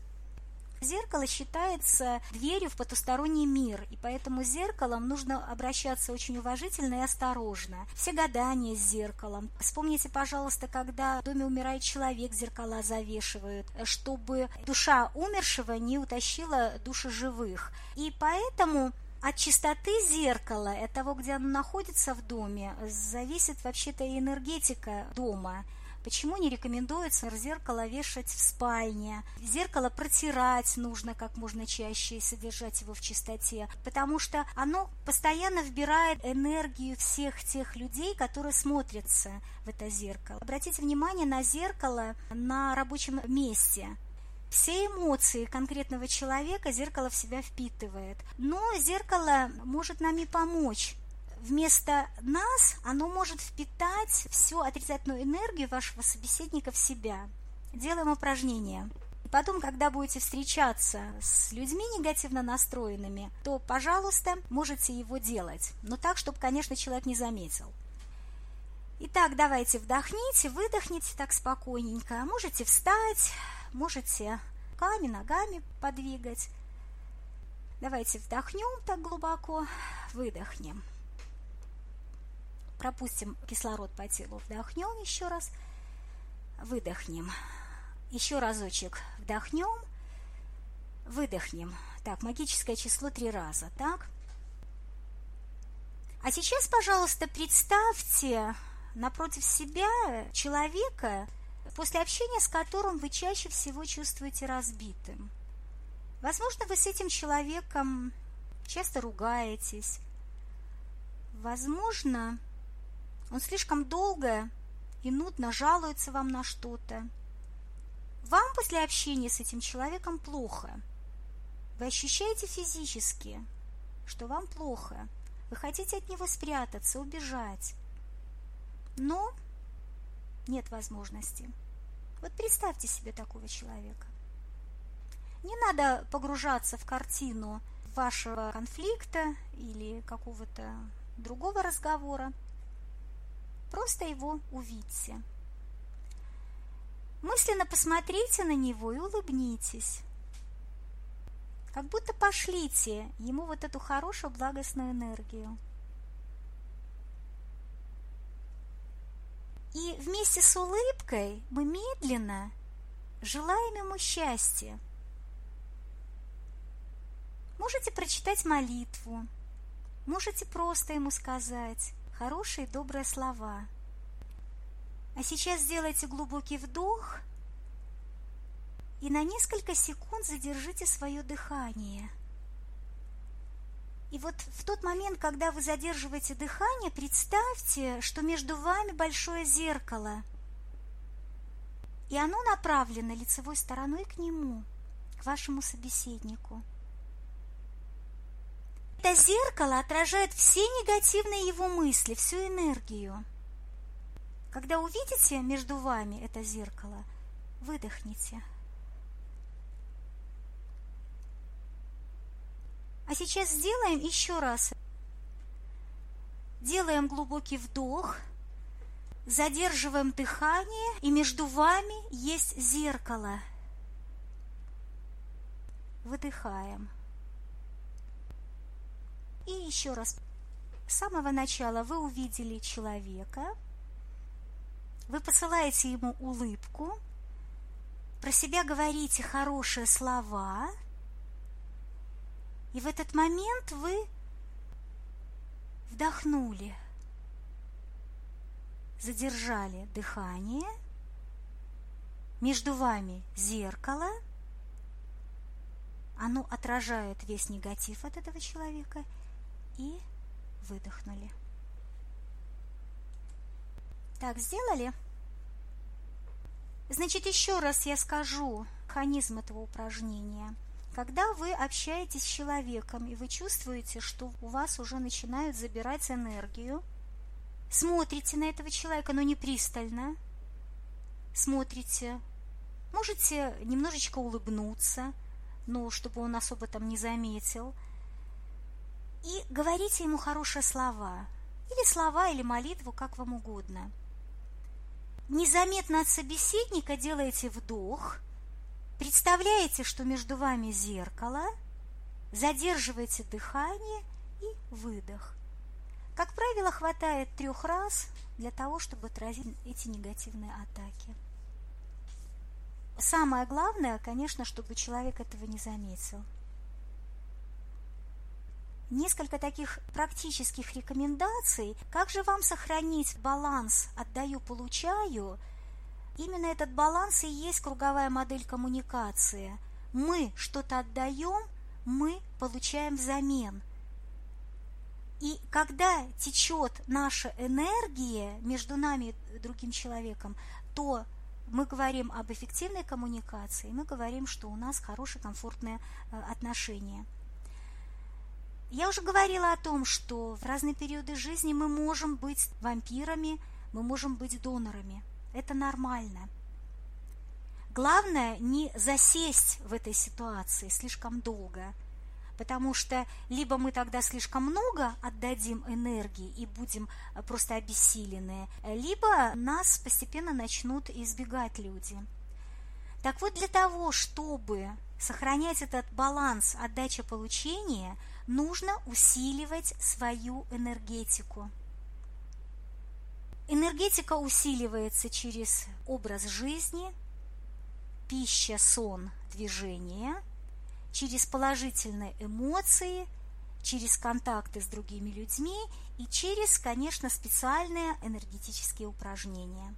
Зеркало считается дверью в потусторонний мир, и поэтому с зеркалом нужно обращаться очень уважительно и осторожно. Все гадания с зеркалом. Вспомните, пожалуйста, когда в доме умирает человек, зеркала завешивают, чтобы душа умершего не утащила души живых. И поэтому от чистоты зеркала, от того, где оно находится в доме, зависит вообще-то и энергетика дома. Почему не рекомендуется зеркало вешать в спальне? Зеркало протирать нужно как можно чаще и содержать его в чистоте, потому что оно постоянно вбирает энергию всех тех людей, которые смотрятся в это зеркало. Обратите внимание на зеркало на рабочем месте. Все эмоции конкретного человека зеркало в себя впитывает, но зеркало может нам и помочь. Вместо нас оно может впитать всю отрицательную энергию вашего собеседника в себя. Делаем упражнение. Потом, когда будете встречаться с людьми негативно настроенными, то, пожалуйста, можете его делать. Но так, чтобы, конечно, человек не заметил. Итак, давайте вдохните, выдохните так спокойненько. Можете встать, можете руками, ногами подвигать. Давайте вдохнем так глубоко, выдохнем. Пропустим кислород по телу, вдохнем еще раз, выдохнем. Еще разочек вдохнем, выдохнем. Так, магическое число 3 раза, так? А сейчас, пожалуйста, представьте напротив себя человека, после общения с которым вы чаще всего чувствуете разбитым. Возможно, вы с этим человеком часто ругаетесь. Возможно, он слишком долго и нудно жалуется вам на что-то. Вам после общения с этим человеком плохо. Вы ощущаете физически, что вам плохо. Вы хотите от него спрятаться, убежать. Но нет возможности. Вот представьте себе такого человека. Не надо погружаться в картину вашего конфликта или какого-то другого разговора. Просто его увидьте. Мысленно посмотрите на него и улыбнитесь. Как будто пошлите ему вот эту хорошую благостную энергию. И вместе с улыбкой мы медленно желаем ему счастья. Можете прочитать молитву, можете просто ему сказать хорошие добрые слова. А сейчас сделайте глубокий вдох и на несколько секунд задержите свое дыхание. И вот в тот момент, когда вы задерживаете дыхание, представьте, что между вами большое зеркало, и оно направлено лицевой стороной к нему, к вашему собеседнику. Это зеркало отражает все негативные его мысли, всю энергию. Когда увидите между вами это зеркало, выдохните. А сейчас сделаем еще раз. Делаем глубокий вдох, задерживаем дыхание, и между вами есть зеркало. Выдыхаем. И еще раз. С самого начала вы увидели человека, вы посылаете ему улыбку, про себя говорите хорошие слова, и в этот момент вы вдохнули, задержали дыхание, между вами зеркало, оно отражает весь негатив от этого человека, и выдохнули. Так, сделали? Значит, еще раз я скажу механизм этого упражнения. Когда вы общаетесь с человеком, и вы чувствуете, что у вас уже начинают забирать энергию, смотрите на этого человека, но не пристально. Смотрите. Можете немножечко улыбнуться, но чтобы он особо там не заметил. И говорите ему хорошие слова. Или молитву, как вам угодно. Незаметно от собеседника делаете вдох, представляете, что между вами зеркало, задерживаете дыхание и выдох. Как правило, хватает 3 раз для того, чтобы отразить эти негативные атаки. Самое главное, конечно, чтобы человек этого не заметил. Несколько таких практических рекомендаций, как же вам сохранить баланс «отдаю-получаю». Именно этот баланс и есть круговая модель коммуникации. Мы что-то отдаем, мы получаем взамен. И когда течет наша энергия между нами и другим человеком, то мы говорим об эффективной коммуникации, мы говорим, что у нас хорошие, комфортные отношения. Я уже говорила о том, что в разные периоды жизни мы можем быть вампирами, мы можем быть донорами. Это нормально. Главное не засесть в этой ситуации слишком долго, потому что либо мы тогда слишком много отдадим энергии и будем просто обессилены, либо нас постепенно начнут избегать люди. Так вот, для того, чтобы сохранять этот баланс отдача-получения, нужно усиливать свою энергетику. Энергетика усиливается через образ жизни, пища, сон, движение, через положительные эмоции, через контакты с другими людьми и через, конечно, специальные энергетические упражнения.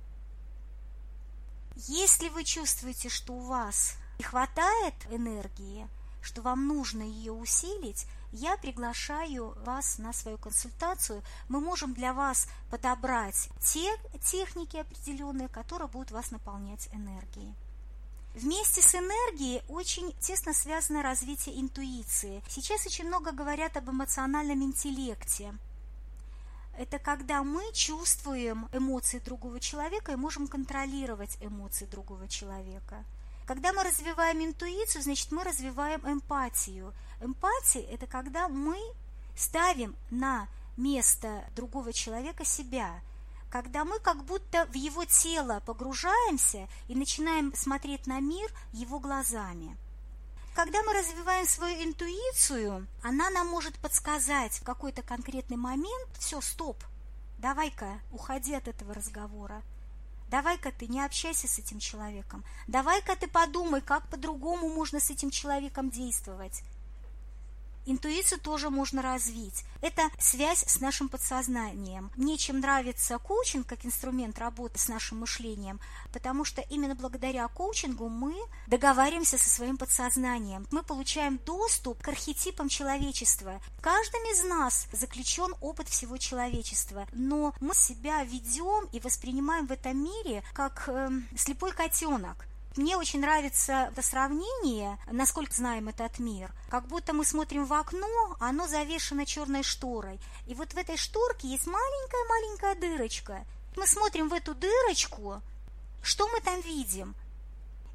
Если вы чувствуете, что у вас не хватает энергии, что вам нужно ее усилить, я приглашаю вас на свою консультацию. Мы можем для вас подобрать те техники определенные, которые будут вас наполнять энергией. Вместе с энергией очень тесно связано развитие интуиции. Сейчас очень много говорят об эмоциональном интеллекте. Это когда мы чувствуем эмоции другого человека и можем контролировать эмоции другого человека. Когда мы развиваем интуицию, значит, мы развиваем эмпатию. Эмпатия – это когда мы ставим на место другого человека себя, когда мы как будто в его тело погружаемся и начинаем смотреть на мир его глазами. Когда мы развиваем свою интуицию, она нам может подсказать в какой-то конкретный момент: все, стоп, давай-ка уходи от этого разговора. Давай-ка ты не общайся с этим человеком. Давай-ка ты подумай, как по-другому можно с этим человеком действовать. Интуицию тоже можно развить. Это связь с нашим подсознанием. Мне чем нравится коучинг как инструмент работы с нашим мышлением, потому что именно благодаря коучингу мы договариваемся со своим подсознанием. Мы получаем доступ к архетипам человечества. В каждом из нас заключен опыт всего человечества, но мы себя ведем и воспринимаем в этом мире как слепой котенок. Мне очень нравится это сравнение, насколько знаем этот мир. Как будто мы смотрим в окно, оно завешено черной шторой. И вот в этой шторке есть маленькая-маленькая дырочка. Мы смотрим в эту дырочку, что мы там видим?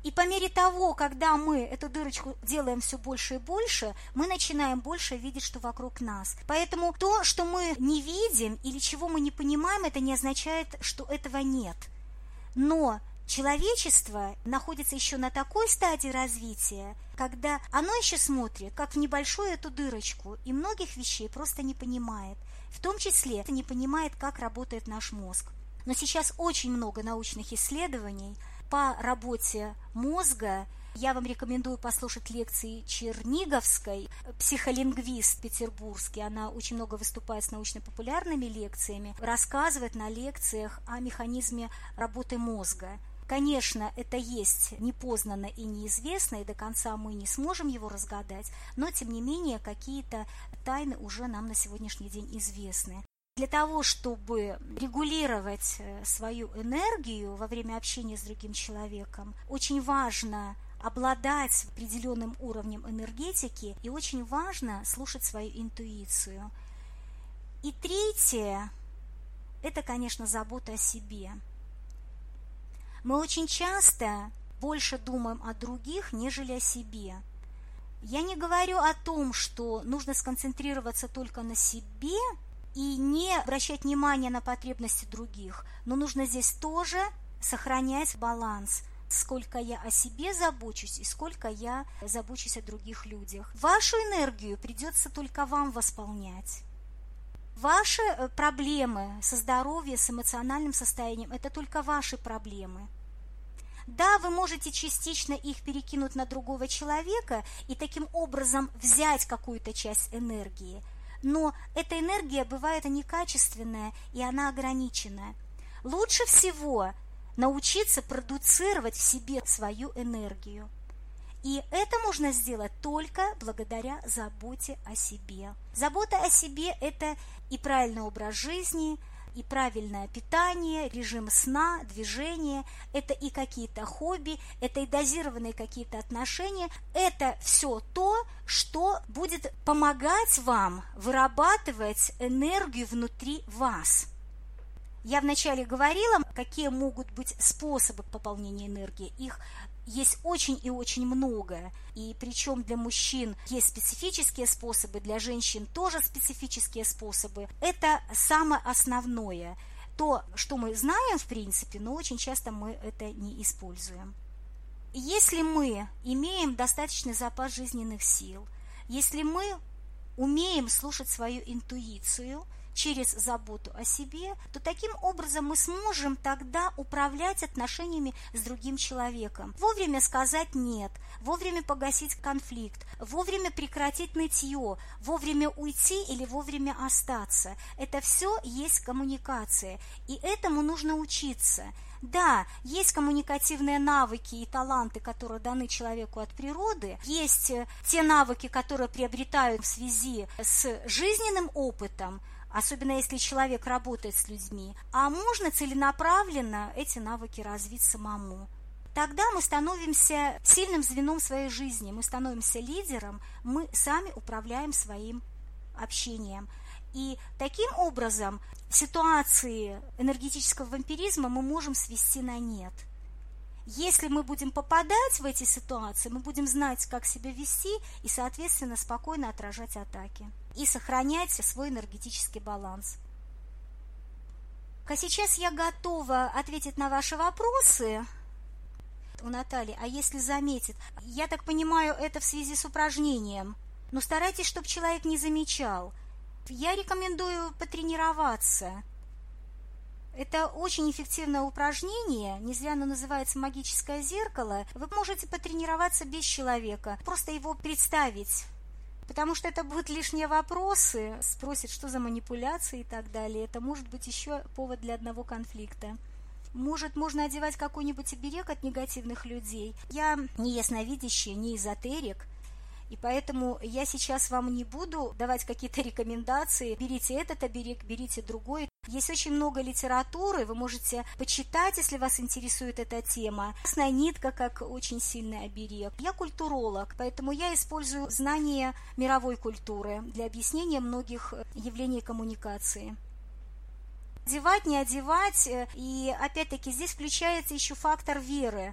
И по мере того, когда мы эту дырочку делаем все больше и больше, мы начинаем больше видеть, что вокруг нас. Поэтому то, что мы не видим или чего мы не понимаем, это не означает, что этого нет. Но человечество находится еще на такой стадии развития, когда оно еще смотрит, как в небольшую эту дырочку, и многих вещей просто не понимает. В том числе не понимает, как работает наш мозг. Но сейчас очень много научных исследований по работе мозга. Я вам рекомендую послушать лекции Черниговской, психолингвист петербургский. Она очень много выступает с научно-популярными лекциями, рассказывает на лекциях о механизме работы мозга. Конечно, это есть непознанно и неизвестно, и до конца мы не сможем его разгадать, но, тем не менее, какие-то тайны уже нам на сегодняшний день известны. Для того, чтобы регулировать свою энергию во время общения с другим человеком, очень важно обладать определенным уровнем энергетики и очень важно слушать свою интуицию. И третье – это, конечно, забота о себе. Мы очень часто больше думаем о других, нежели о себе. Я не говорю о том, что нужно сконцентрироваться только на себе и не обращать внимания на потребности других, но нужно здесь тоже сохранять баланс, сколько я о себе забочусь и сколько я забочусь о других людях. Вашу энергию придется только вам восполнять. Ваши проблемы со здоровьем, с эмоциональным состоянием – это только ваши проблемы. Да, вы можете частично их перекинуть на другого человека и таким образом взять какую-то часть энергии, но эта энергия бывает некачественная и она ограниченная. Лучше всего научиться продуцировать в себе свою энергию. И это можно сделать только благодаря заботе о себе. Забота о себе – это и правильный образ жизни, и правильное питание, режим сна, движение, это и какие-то хобби, это и дозированные какие-то отношения. Это все то, что будет помогать вам вырабатывать энергию внутри вас. Я вначале говорила, какие могут быть способы пополнения энергии. Их есть очень и очень много, и причем для мужчин есть специфические способы, для женщин тоже специфические способы. Это самое основное, то, что мы знаем в принципе, но очень часто мы это не используем. Если мы имеем достаточный запас жизненных сил, если мы умеем слушать свою интуицию через заботу о себе, то таким образом мы сможем тогда управлять отношениями с другим человеком. Вовремя сказать «нет», вовремя погасить конфликт, вовремя прекратить нытье, вовремя уйти или вовремя остаться. Это все есть коммуникация, и этому нужно учиться. Да, есть коммуникативные навыки и таланты, которые даны человеку от природы, есть те навыки, которые приобретают в связи с жизненным опытом, особенно если человек работает с людьми, а можно целенаправленно эти навыки развить самому. Тогда мы становимся сильным звеном своей жизни, мы становимся лидером, мы сами управляем своим общением. И таким образом ситуации энергетического вампиризма мы можем свести на нет. Если мы будем попадать в эти ситуации, мы будем знать, как себя вести и, соответственно, спокойно отражать атаки и сохранять свой энергетический баланс. А сейчас я готова ответить на ваши вопросы. У Натальи, а если заметит, я так понимаю, это в связи с упражнением, но старайтесь, чтобы человек не замечал. Я рекомендую потренироваться. Это очень эффективное упражнение, не зря оно называется «магическое зеркало». Вы можете потренироваться без человека, просто его представить, потому что это будут лишние вопросы, спросят, что за манипуляции и так далее. Это может быть еще повод для одного конфликта. Может, можно одевать какой-нибудь оберег от негативных людей. Я не ясновидящий, не эзотерик, и поэтому я сейчас вам не буду давать какие-то рекомендации. Берите этот оберег, берите другой. Есть очень много литературы, вы можете почитать, если вас интересует эта тема. Красная нитка как очень сильный оберег. Я культуролог, поэтому я использую знания мировой культуры для объяснения многих явлений коммуникации. Одевать, не одевать, и опять-таки здесь включается еще фактор веры.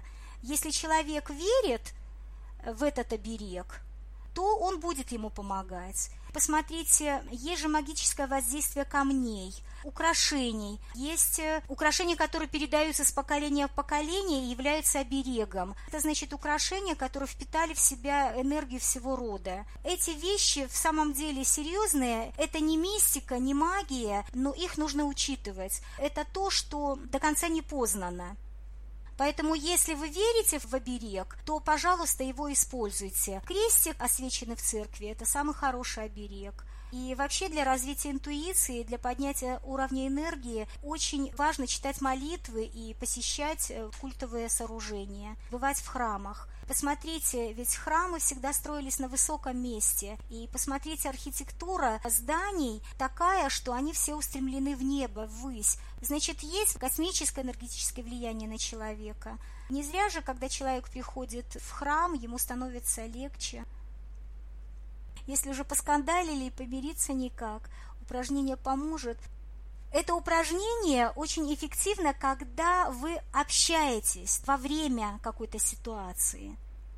Если человек верит в этот оберег, то он будет ему помогать. Посмотрите, есть же магическое воздействие камней, украшений. Есть украшения, которые передаются с поколения в поколение и являются оберегом. Это значит украшения, которые впитали в себя энергию всего рода. Эти вещи в самом деле серьезные. Это не мистика, не магия, но их нужно учитывать. Это то, что до конца не познано. Поэтому, если вы верите в оберег, то, пожалуйста, его используйте. Крестик, освященный в церкви, это самый хороший оберег. И вообще для развития интуиции, для поднятия уровня энергии очень важно читать молитвы и посещать культовые сооружения, бывать в храмах. Посмотрите, ведь храмы всегда строились на высоком месте. И посмотрите, архитектура зданий такая, что они все устремлены в небо, ввысь. Значит, есть космическое энергетическое влияние на человека. Не зря же, когда человек приходит в храм, ему становится легче. Если уже поскандалили и помириться никак, упражнение поможет. Это упражнение очень эффективно, когда вы общаетесь во время какой-то ситуации.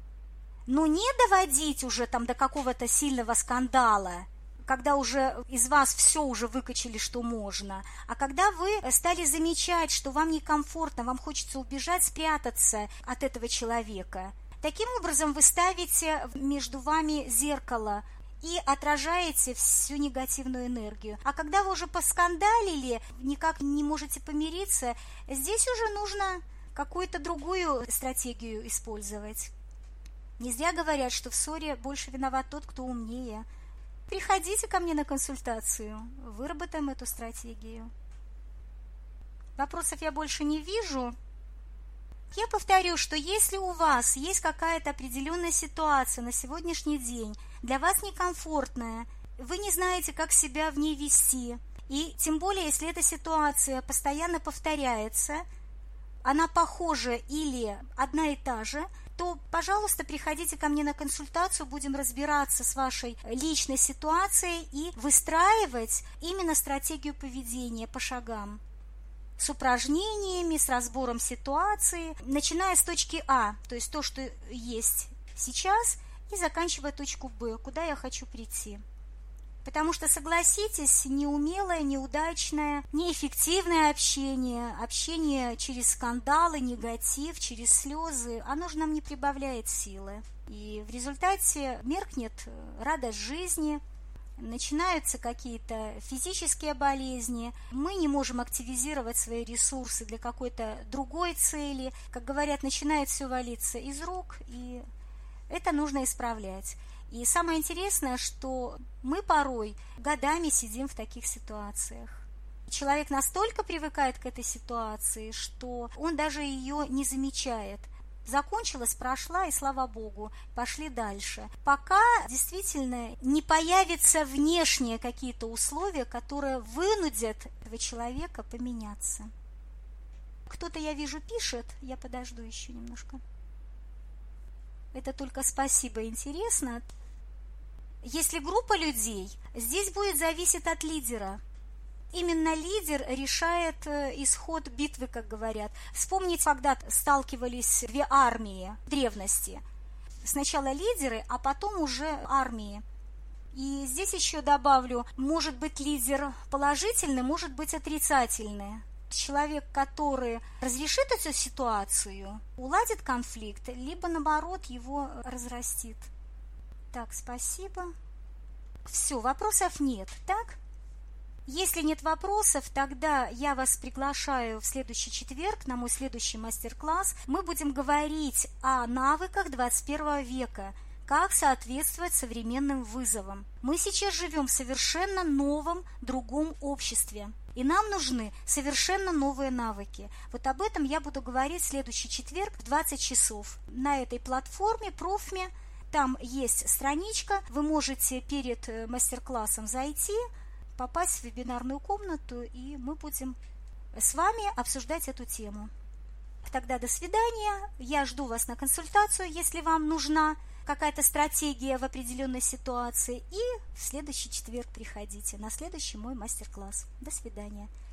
Но не доводить уже там до какого-то сильного скандала, когда уже из вас все уже выкачали, что можно, а когда вы стали замечать, что вам некомфортно, вам хочется убежать, спрятаться от этого человека. Таким образом вы ставите между вами зеркало и отражаете всю негативную энергию. А когда вы уже поскандалили, никак не можете помириться, здесь уже нужно какую-то другую стратегию использовать. Не зря говорят, что в ссоре больше виноват тот, кто умнее. Приходите ко мне на консультацию, выработаем эту стратегию. Вопросов я больше не вижу. Я повторю, что если у вас есть какая-то определенная ситуация на сегодняшний день, для вас некомфортная, вы не знаете, как себя в ней вести, и тем более, если эта ситуация постоянно повторяется, она похожа или одна и та же, то, пожалуйста, приходите ко мне на консультацию, будем разбираться с вашей личной ситуацией и выстраивать именно стратегию поведения по шагам. С упражнениями, с разбором ситуации, начиная с точки А, то есть то, что есть сейчас, и заканчивая точку Б, куда я хочу прийти. Потому что, согласитесь, неумелое, неудачное, неэффективное общение через скандалы, негатив, через слезы, оно же нам не прибавляет силы. И в результате меркнет радость жизни, начинаются какие-то физические болезни, мы не можем активизировать свои ресурсы для какой-то другой цели. Как говорят, начинает все валиться из рук, и это нужно исправлять. И самое интересное, что мы порой годами сидим в таких ситуациях. Человек настолько привыкает к этой ситуации, что он даже ее не замечает. Закончилась, прошла, и слава Богу, пошли дальше. Пока действительно не появятся внешние какие-то условия, которые вынудят этого человека поменяться. Кто-то, я вижу, пишет, я подожду еще немножко. Это только спасибо, интересно. Если группа людей, здесь будет зависеть от лидера. Именно лидер решает исход битвы, как говорят. Вспомните, когда сталкивались две армии в древности. Сначала лидеры, а потом уже армии. И здесь еще добавлю, может быть лидер положительный, может быть отрицательный. Человек, который разрешит эту ситуацию, уладит конфликт, либо наоборот его разрастит. Так, спасибо. Все, вопросов нет, так? Если нет вопросов, тогда я вас приглашаю в следующий четверг на мой следующий мастер-класс. Мы будем говорить о навыках 21 века, как соответствовать современным вызовам. Мы сейчас живем в совершенно новом, другом обществе, и нам нужны совершенно новые навыки. Вот об этом я буду говорить в следующий четверг в 20 часов. На этой платформе, Профме, там есть страничка, вы можете перед мастер-классом зайти, попасть в вебинарную комнату, и мы будем с вами обсуждать эту тему. Тогда до свидания. Я жду вас на консультацию, если вам нужна какая-то стратегия в определенной ситуации. И в следующий четверг приходите на следующий мой мастер-класс. До свидания.